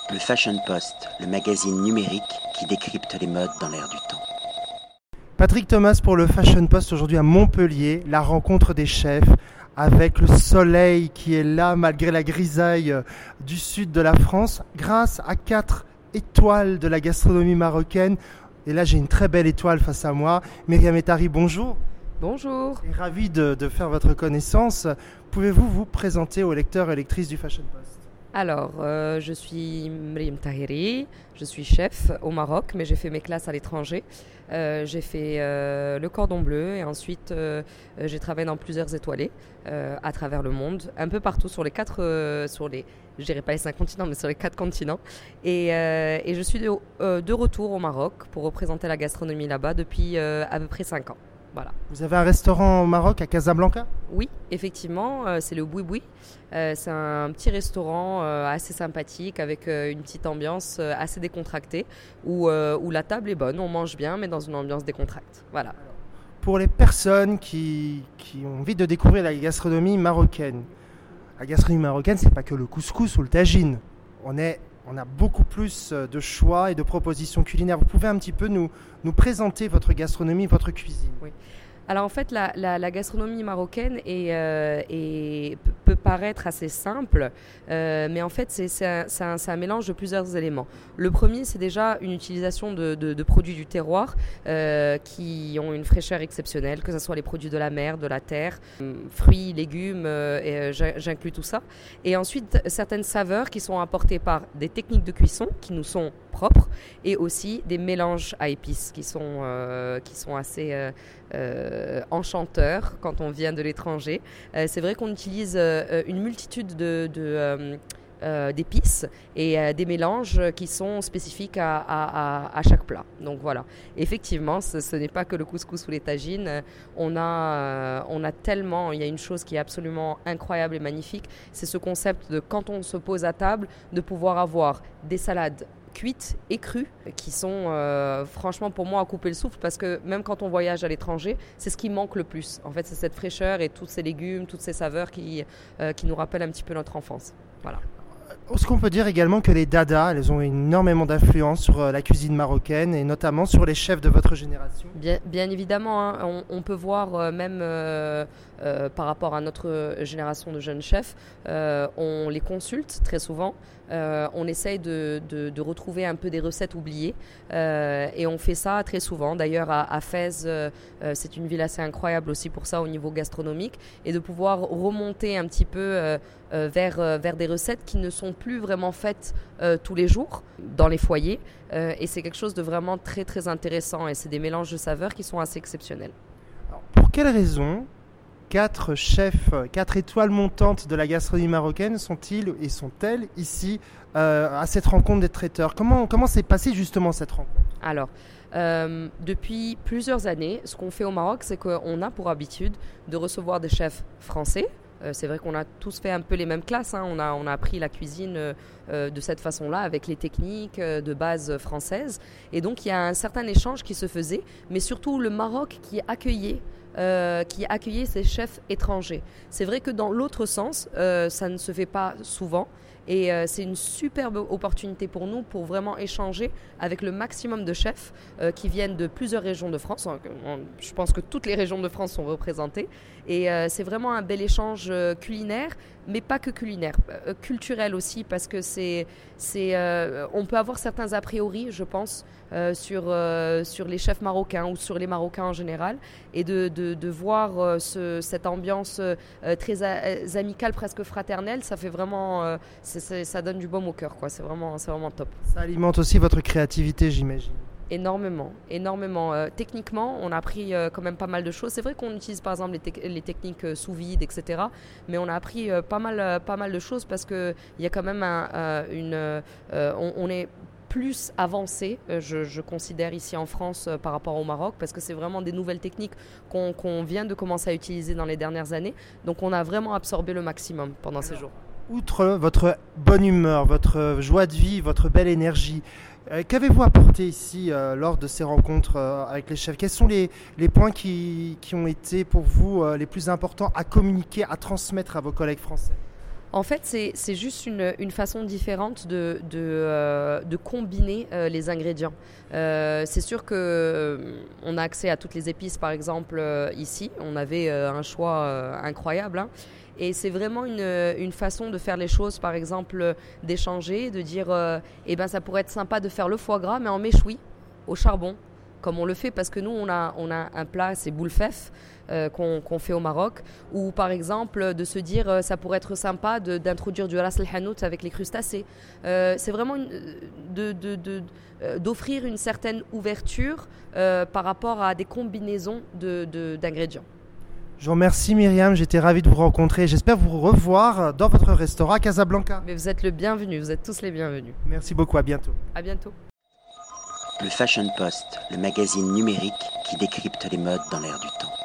Le Fashion Post, le magazine numérique qui décrypte les modes dans l'air du temps. Patrick Thomas pour le Fashion Post aujourd'hui à Montpellier, la rencontre des chefs avec le soleil qui est là malgré la grisaille du sud de la France grâce à 4 étoiles de la gastronomie marocaine. Et là j'ai une très belle étoile face à moi. Myriam Ettari, bonjour. Bonjour. Et ravi de faire votre connaissance. Pouvez-vous vous présenter aux lecteurs et lectrices du Fashion Post ? Alors, je suis Myriam Tahiri, je suis chef au Maroc, mais j'ai fait mes classes à l'étranger. J'ai fait le Cordon Bleu et ensuite j'ai travaillé dans plusieurs étoilés à travers le monde, un peu partout sur les je dirais pas les 5 continents, mais sur les 4 continents. Et je suis de retour au Maroc pour représenter la gastronomie là-bas depuis à peu près 5 ans. Voilà. Vous avez un restaurant au Maroc à Casablanca ? Oui, effectivement, c'est le Boui-Boui. C'est un petit restaurant assez sympathique avec une petite ambiance assez décontractée où la table est bonne, on mange bien mais dans une ambiance décontractée. Voilà. Pour les personnes qui ont envie de découvrir la gastronomie marocaine, la gastronomie marocaine, c'est pas que le couscous ou le tagine. On a beaucoup plus de choix et de propositions culinaires. Vous pouvez un petit peu nous présenter votre gastronomie, votre cuisine ? Oui. Alors en fait, la gastronomie marocaine peut paraître assez simple, mais en fait c'est un mélange de plusieurs éléments. Le premier, c'est déjà une utilisation de produits du terroir qui ont une fraîcheur exceptionnelle, que ce soit les produits de la mer, de la terre, fruits, légumes, j'inclus tout ça. Et ensuite, certaines saveurs qui sont apportées par des techniques de cuisson qui nous sont propres et aussi des mélanges à épices qui sont assez enchanteurs quand on vient de l'étranger. C'est vrai qu'on utilise une multitude d'épices et des mélanges qui sont spécifiques à chaque plat. Donc voilà. Effectivement, ce n'est pas que le couscous ou les tagines. On a tellement, il y a une chose qui est absolument incroyable et magnifique, c'est ce concept de quand on se pose à table, de pouvoir avoir des salades cuites et crues qui sont franchement pour moi à couper le souffle parce que même quand on voyage à l'étranger, c'est ce qui manque le plus. En fait, c'est cette fraîcheur et tous ces légumes, toutes ces saveurs qui nous rappellent un petit peu notre enfance. Voilà. Est-ce qu'on peut dire également que les dadas, elles ont énormément d'influence sur la cuisine marocaine et notamment sur les chefs de votre génération ? Bien évidemment, hein, on peut voir même par rapport à notre génération de jeunes chefs, on les consulte très souvent, on essaye de retrouver un peu des recettes oubliées et on fait ça très souvent. D'ailleurs à Fès, c'est une ville assez incroyable aussi pour ça au niveau gastronomique et de pouvoir remonter un petit peu vers des recettes qui ne sont plus vraiment faites tous les jours dans les foyers et c'est quelque chose de vraiment très très intéressant et c'est des mélanges de saveurs qui sont assez exceptionnels. Alors, pour quelles raisons 4 chefs, 4 étoiles montantes de la gastronomie marocaine sont-ils et sont-elles ici à cette rencontre des traiteurs ? Comment s'est passée justement cette rencontre ? Alors, depuis plusieurs années, ce qu'on fait au Maroc, c'est qu'on a pour habitude de recevoir des chefs français. C'est vrai qu'on a tous fait un peu les mêmes classes, hein. On a appris la cuisine de cette façon-là, avec les techniques de base françaises. Et donc, il y a un certain échange qui se faisait, mais surtout le Maroc qui accueillait ces chefs étrangers. C'est vrai que dans l'autre sens, ça ne se fait pas souvent. Et c'est une superbe opportunité pour nous pour vraiment échanger avec le maximum de chefs qui viennent de plusieurs régions de France. Je pense que toutes les régions de France sont représentées. Et c'est vraiment un bel échange culinaire, mais pas que culinaire, culturel aussi, parce que on peut avoir certains a priori, je pense, sur les chefs marocains ou sur les Marocains en général, et de voir cette ambiance très amicale, presque fraternelle, ça fait vraiment, ça donne du baume au cœur, quoi. C'est vraiment top. Ça alimente aussi votre créativité, j'imagine. Énormément. Techniquement, on a appris quand même pas mal de choses. C'est vrai qu'on utilise par exemple les techniques sous vide, etc. Mais on a appris pas mal de choses parce qu'il y a quand même on est plus avancé, je considère ici en France par rapport au Maroc, parce que c'est vraiment des nouvelles techniques qu'on vient de commencer à utiliser dans les dernières années. Donc on a vraiment absorbé le maximum pendant ces jours. Outre votre bonne humeur, votre joie de vie, votre belle énergie, qu'avez-vous apporté ici lors de ces rencontres avec les chefs ? Quels sont les points qui ont été pour vous les plus importants à communiquer, à transmettre à vos collègues français ? En fait, c'est juste une façon différente de combiner les ingrédients. C'est sûr qu'on a accès à toutes les épices, par exemple, ici. On avait un choix incroyable. Hein. Et c'est vraiment une façon de faire les choses, par exemple, d'échanger, de dire ça pourrait être sympa de faire le foie gras, mais en méchoui, au charbon, comme on le fait, parce que nous, on a un plat, c'est boulfef, qu'on fait au Maroc, ou par exemple de se dire ça pourrait être sympa d'introduire du ras el hanout avec les crustacés. C'est vraiment d'offrir une certaine ouverture par rapport à des combinaisons d'ingrédients. Je vous remercie Myriam, j'étais ravi de vous rencontrer. J'espère vous revoir dans votre restaurant à Casablanca. Mais vous êtes le bienvenu, vous êtes tous les bienvenus. Merci beaucoup, à bientôt. À bientôt. Le Fashion Post, le magazine numérique qui décrypte les modes dans l'air du temps.